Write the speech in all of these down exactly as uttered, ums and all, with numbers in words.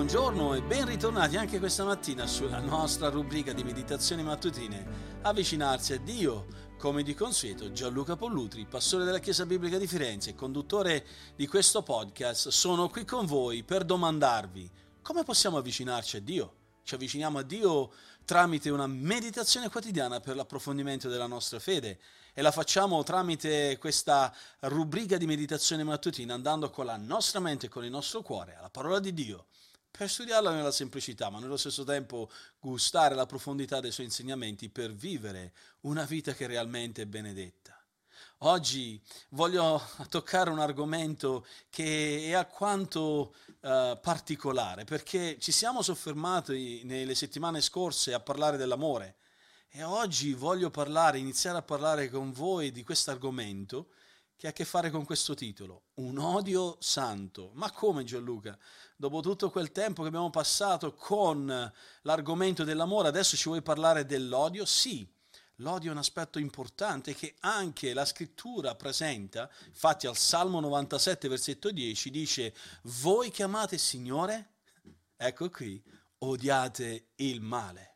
Buongiorno e ben ritornati anche questa mattina sulla nostra rubrica di meditazioni mattutine Avvicinarsi a Dio. Come di consueto, Gianluca Pollutri, pastore della Chiesa Biblica di Firenze e conduttore di questo podcast, sono qui con voi per domandarvi: come possiamo avvicinarci a Dio? Ci avviciniamo a Dio tramite una meditazione quotidiana per l'approfondimento della nostra fede e la facciamo tramite questa rubrica di meditazione mattutina, andando con la nostra mente e con il nostro cuore alla parola di Dio, per studiarla nella semplicità, ma nello stesso tempo gustare la profondità dei suoi insegnamenti per vivere una vita che realmente è benedetta. Oggi voglio toccare un argomento che è alquanto uh, particolare, perché ci siamo soffermati nelle settimane scorse a parlare dell'amore e oggi voglio parlare, iniziare a parlare con voi di questo argomento che ha a che fare con questo titolo, un odio santo. Ma come, Gianluca? Dopo tutto quel tempo che abbiamo passato con l'argomento dell'amore, adesso ci vuoi parlare dell'odio? Sì, l'odio è un aspetto importante che anche la scrittura presenta. Infatti al Salmo novantasette, versetto dieci, dice: voi che amate il Signore, ecco qui, odiate il male.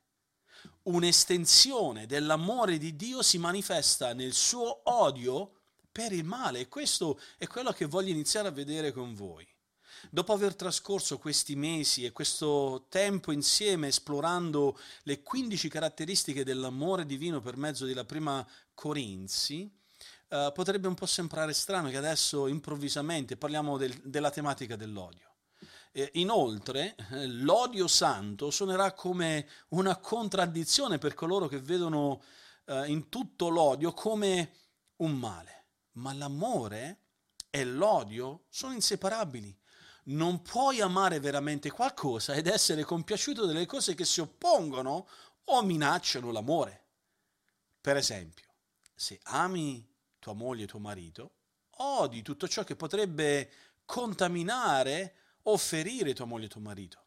Un'estensione dell'amore di Dio si manifesta nel suo odio per il male, e questo è quello che voglio iniziare a vedere con voi. Dopo aver trascorso questi mesi e questo tempo insieme esplorando le quindici caratteristiche dell'amore divino per mezzo della prima Corinzi, eh, potrebbe un po' sembrare strano che adesso improvvisamente parliamo del, della tematica dell'odio. Eh, inoltre, eh, l'odio santo suonerà come una contraddizione per coloro che vedono eh, in tutto l'odio come un male. Ma l'amore e l'odio sono inseparabili. Non puoi amare veramente qualcosa ed essere compiaciuto delle cose che si oppongono o minacciano l'amore. Per esempio, se ami tua moglie e tuo marito, odi tutto ciò che potrebbe contaminare o ferire tua moglie e tuo marito.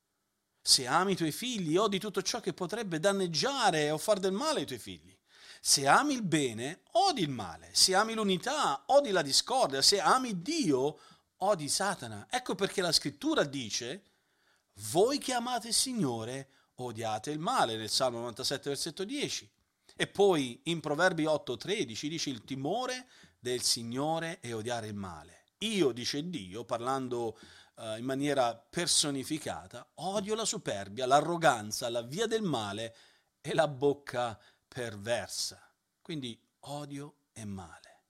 Se ami i tuoi figli, odi tutto ciò che potrebbe danneggiare o far del male ai tuoi figli. Se ami il bene, odi il male. Se ami l'unità, odi la discordia. Se ami Dio, odi Satana. Ecco perché la scrittura dice: voi che amate il Signore, odiate il male, nel Salmo novantasette, versetto dieci. E poi in Proverbi otto, tredici dice: il timore del Signore è odiare il male. Io, dice Dio, parlando uh, in maniera personificata, odio la superbia, l'arroganza, la via del male e la bocca perversa. Quindi odio e male.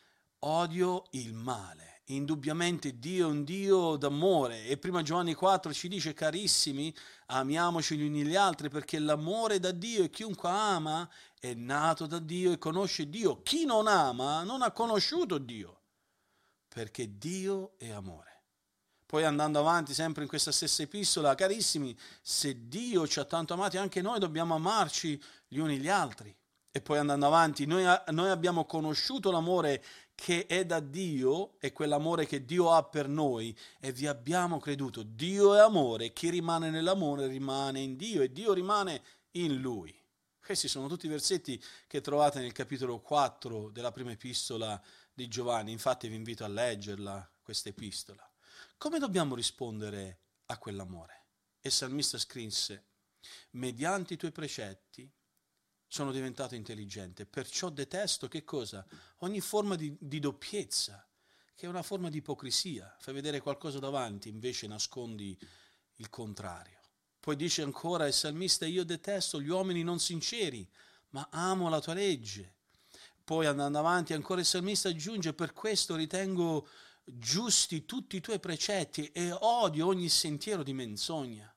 Odio il male. Indubbiamente Dio è un Dio d'amore e prima Giovanni quattro ci dice: carissimi, amiamoci gli uni gli altri, perché l'amore è da Dio e chiunque ama è nato da Dio e conosce Dio. Chi non ama non ha conosciuto Dio, perché Dio è amore. Poi andando avanti sempre in questa stessa epistola: carissimi, se Dio ci ha tanto amati, anche noi dobbiamo amarci gli uni gli altri. E poi andando avanti, noi, noi abbiamo conosciuto l'amore che è da Dio e quell'amore che Dio ha per noi e vi abbiamo creduto. Dio è amore, chi rimane nell'amore rimane in Dio e Dio rimane in Lui. Questi sono tutti i versetti che trovate nel capitolo quattro della prima epistola di Giovanni. Infatti vi invito a leggerla, questa epistola. Come dobbiamo rispondere a quell'amore? E il salmista scrisse: mediante i tuoi precetti sono diventato intelligente, perciò detesto che cosa? Ogni forma di, di doppiezza, che è una forma di ipocrisia. Fai vedere qualcosa davanti, invece nascondi il contrario. Poi dice ancora il salmista: io detesto gli uomini non sinceri, ma amo la tua legge. Poi andando avanti ancora il salmista aggiunge: per questo ritengo giusti tutti i tuoi precetti e odio ogni sentiero di menzogna.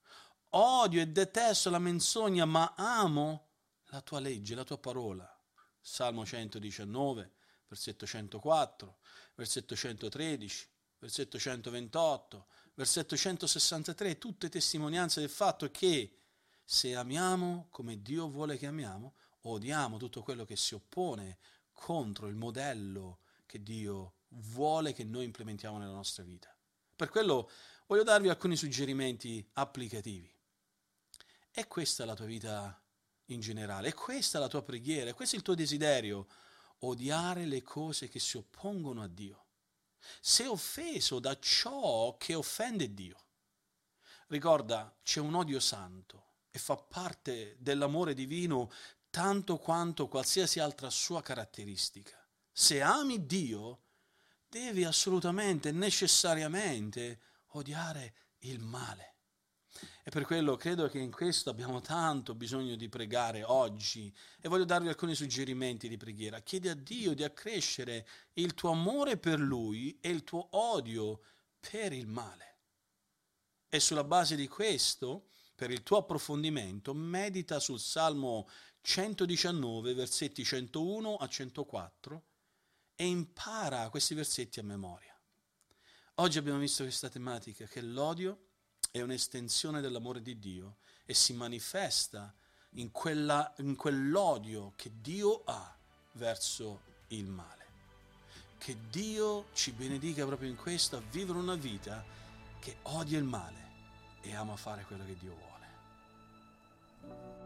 Odio e detesto la menzogna, ma amo la tua legge, la tua parola. Salmo centodiciannove, versetto centoquattro, versetto centotredici, versetto centoventotto, versetto centosessantatré, tutte testimonianze del fatto che se amiamo come Dio vuole che amiamo, odiamo tutto quello che si oppone contro il modello che Dio vuole che noi implementiamo nella nostra vita. Per quello voglio darvi alcuni suggerimenti applicativi. È questa la tua vita in generale? È questa la tua preghiera? È questo il tuo desiderio? Odiare le cose che si oppongono a Dio. Sei offeso da ciò che offende Dio. Ricorda, c'è un odio santo e fa parte dell'amore divino tanto quanto qualsiasi altra sua caratteristica. Se ami Dio, devi assolutamente, necessariamente odiare il male. E per quello credo che in questo abbiamo tanto bisogno di pregare oggi e voglio darvi alcuni suggerimenti di preghiera. Chiedi a Dio di accrescere il tuo amore per Lui e il tuo odio per il male. E sulla base di questo, per il tuo approfondimento, medita sul Salmo centodiciannove, versetti centouno a centoquattro e impara questi versetti a memoria. Oggi abbiamo visto questa tematica, che l'odio è un'estensione dell'amore di Dio e si manifesta in, quella, in quell'odio che Dio ha verso il male. Che Dio ci benedica proprio in questo, a vivere una vita che odia il male e ama fare quello che Dio vuole.